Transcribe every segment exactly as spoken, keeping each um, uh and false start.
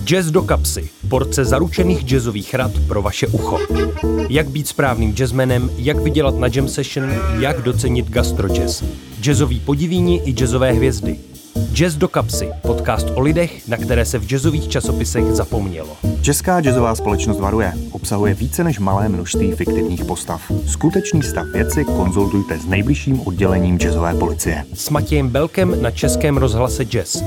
Jazz do kapsy. Porce zaručených jazzových rad pro vaše ucho. Jak být správným jazzmanem, jak vydělat na jam session, jak docenit gastrojazz. Jazzový podivíni i jazzové hvězdy. Jazz do kapsy. Podcast o lidech, na které se v jazzových časopisech zapomnělo. Česká jazzová společnost varuje. Obsahuje více než malé množství fiktivních postav. Skutečný stav věci konzultujte s nejbližším oddělením jazzové policie. S Matějem Belkem na Českém rozhlase Jazz.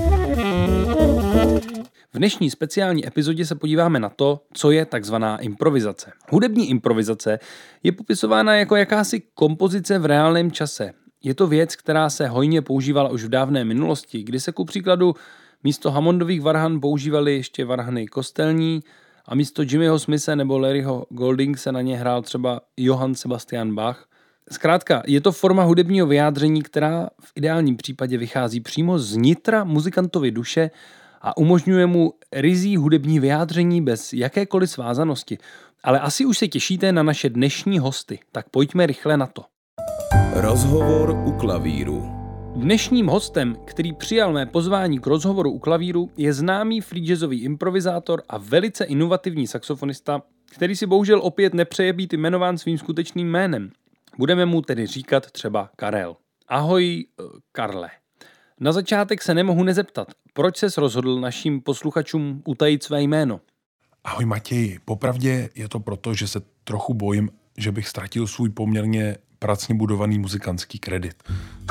V dnešní speciální epizodě se podíváme na to, co je takzvaná improvizace. Hudební improvizace je popisována jako jakási kompozice v reálném čase. Je to věc, která se hojně používala už v dávné minulosti, kdy se ku příkladu místo Hammondových varhan používaly ještě varhany kostelní a místo Jimmyho Smithe nebo Larryho Golding se na ně hrál třeba Johann Sebastian Bach. Zkrátka, je to forma hudebního vyjádření, která v ideálním případě vychází přímo z nitra muzikantovy duše a umožňuje mu ryzí hudební vyjádření bez jakékoliv svázanosti. Ale asi už se těšíte na naše dnešní hosty, tak pojďme rychle na to. Rozhovor u klavíru. Dnešním hostem, který přijal mé pozvání k rozhovoru u klavíru, je známý free jazzový improvizátor a velice inovativní saxofonista, který si bohužel opět nepřeje být jmenován svým skutečným jménem. Budeme mu tedy říkat třeba Karel. Ahoj, Karle. Na začátek se nemohu nezeptat, proč ses rozhodl našim posluchačům utajit své jméno? Ahoj Matěji, popravdě je to proto, že se trochu bojím, že bych ztratil svůj poměrně pracně budovaný muzikantský kredit.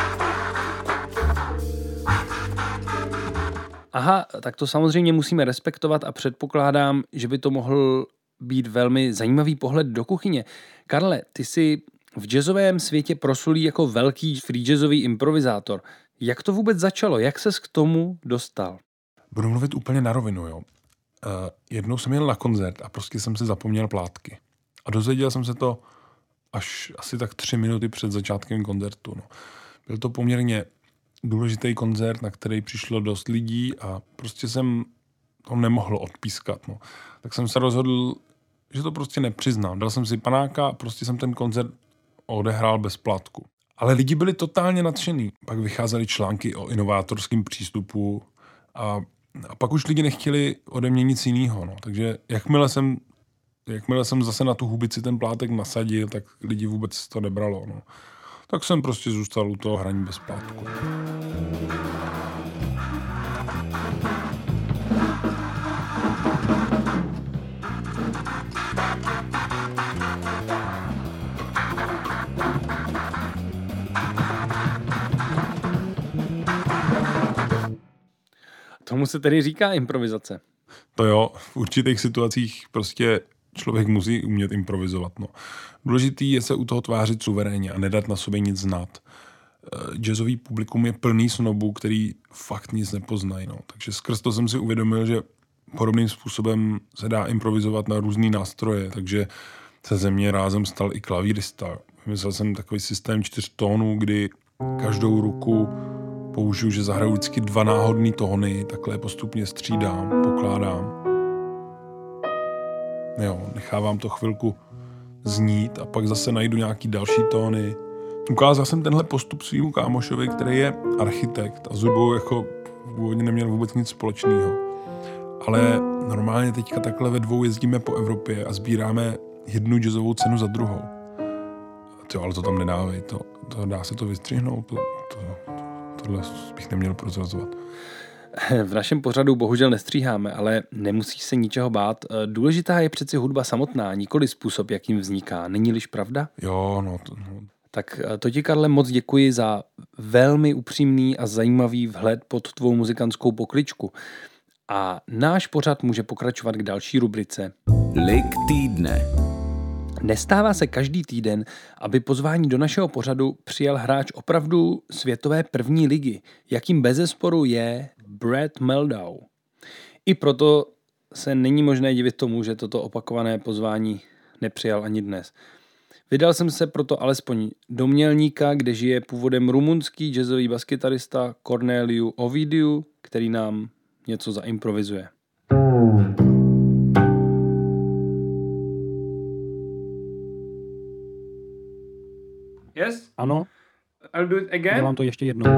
Aha, tak to samozřejmě musíme respektovat a předpokládám, že by to mohl být velmi zajímavý pohled do kuchyně. Karle, ty jsi v jazzovém světě proslulý jako velký free jazzový improvizátor. Jak to vůbec začalo? Jak ses k tomu dostal? Budu mluvit úplně na rovinu, jo. Uh, jednou jsem jel na koncert a prostě jsem si zapomněl plátky. A dozvěděl jsem se to až asi tak tři minuty před začátkem koncertu. No. Byl to poměrně důležitý koncert, na který přišlo dost lidí a prostě jsem to nemohl odpískat. No. Tak jsem se rozhodl, že to prostě nepřiznám. Dal jsem si panáka a prostě jsem ten koncert odehrál bez plátku. Ale lidi byli totálně nadšený. Pak vycházely články o inovátorském přístupu a, a pak už lidi nechtěli ode mě nic jiného. No. Takže jakmile jsem, jakmile jsem zase na tu hubici ten plátek nasadil, tak lidi vůbec to nebralo. No. Tak jsem prostě zůstal u toho hraní bez plátku. Tomu se tedy říká improvizace. To jo, v určitých situacích prostě člověk musí umět improvizovat. No. Důležitý je se u toho tvářit suverénně a nedat na sobě nic znát. Jazzový publikum je plný snobů, který fakt nic nepoznají. No. Takže skrz to jsem si uvědomil, že podobným způsobem se dá improvizovat na různý nástroje, takže se ze mě rázem stal i klavírista. Vymyslel jsem takový systém čtyř tónů, kdy každou ruku použiju, že zahraju vždycky dva náhodný tóny, takhle je postupně střídám, pokládám. Jo, nechávám to chvilku znít a pak zase najdu nějaký další tóny. Ukázal jsem tenhle postup svýmu kámošovi, který je architekt a s hudbou jako původně neměl vůbec nic společného. Ale normálně teďka takhle ve dvou jezdíme po Evropě a sbíráme jednu jazzovou cenu za druhou. Jo, ale to tam nedávej, to, to dá se to vystřihnout, to, to, tohle bych neměl prozrazovat. V našem pořadu bohužel nestříháme, ale nemusíš se ničeho bát. Důležitá je přeci hudba samotná, nikoli způsob, jakým vzniká. Není-liž pravda? Jo, no. To, no. Tak to ti, Karle, moc děkuji za velmi upřímný a zajímavý vhled pod tvou muzikantskou pokličku. A náš pořad může pokračovat k další rubrice. Lik týdne. Nestává se každý týden, aby pozvání do našeho pořadu přijal hráč opravdu světové první ligy, jakým bezesporu je Brad Mehldau. I proto se není možné divit tomu, že toto opakované pozvání nepřijal ani dnes. Vydal jsem se proto alespoň do Mělníka, kde žije původem rumunský jazzový baskytarista Corneliu Ovidiu, který nám něco zaimprovizuje. Yes? Ano. I'll do it again. Dělám to ještě jednou.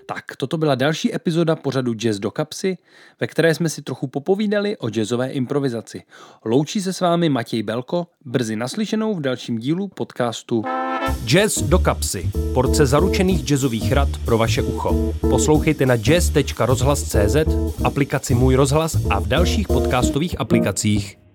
Tak, toto byla další epizoda pořadu Jazz do kapsy, ve které jsme si trochu popovídali o jazzové improvizaci. Loučí se s vámi Matěj Belko, brzy naslyšenou v dalším dílu podcastu Jazz do kapsy. Porce zaručených jazzových rad pro vaše ucho. Poslouchejte na jazz tečka rozhlas tečka cé zet, aplikaci Můj rozhlas a v dalších podcastových aplikacích.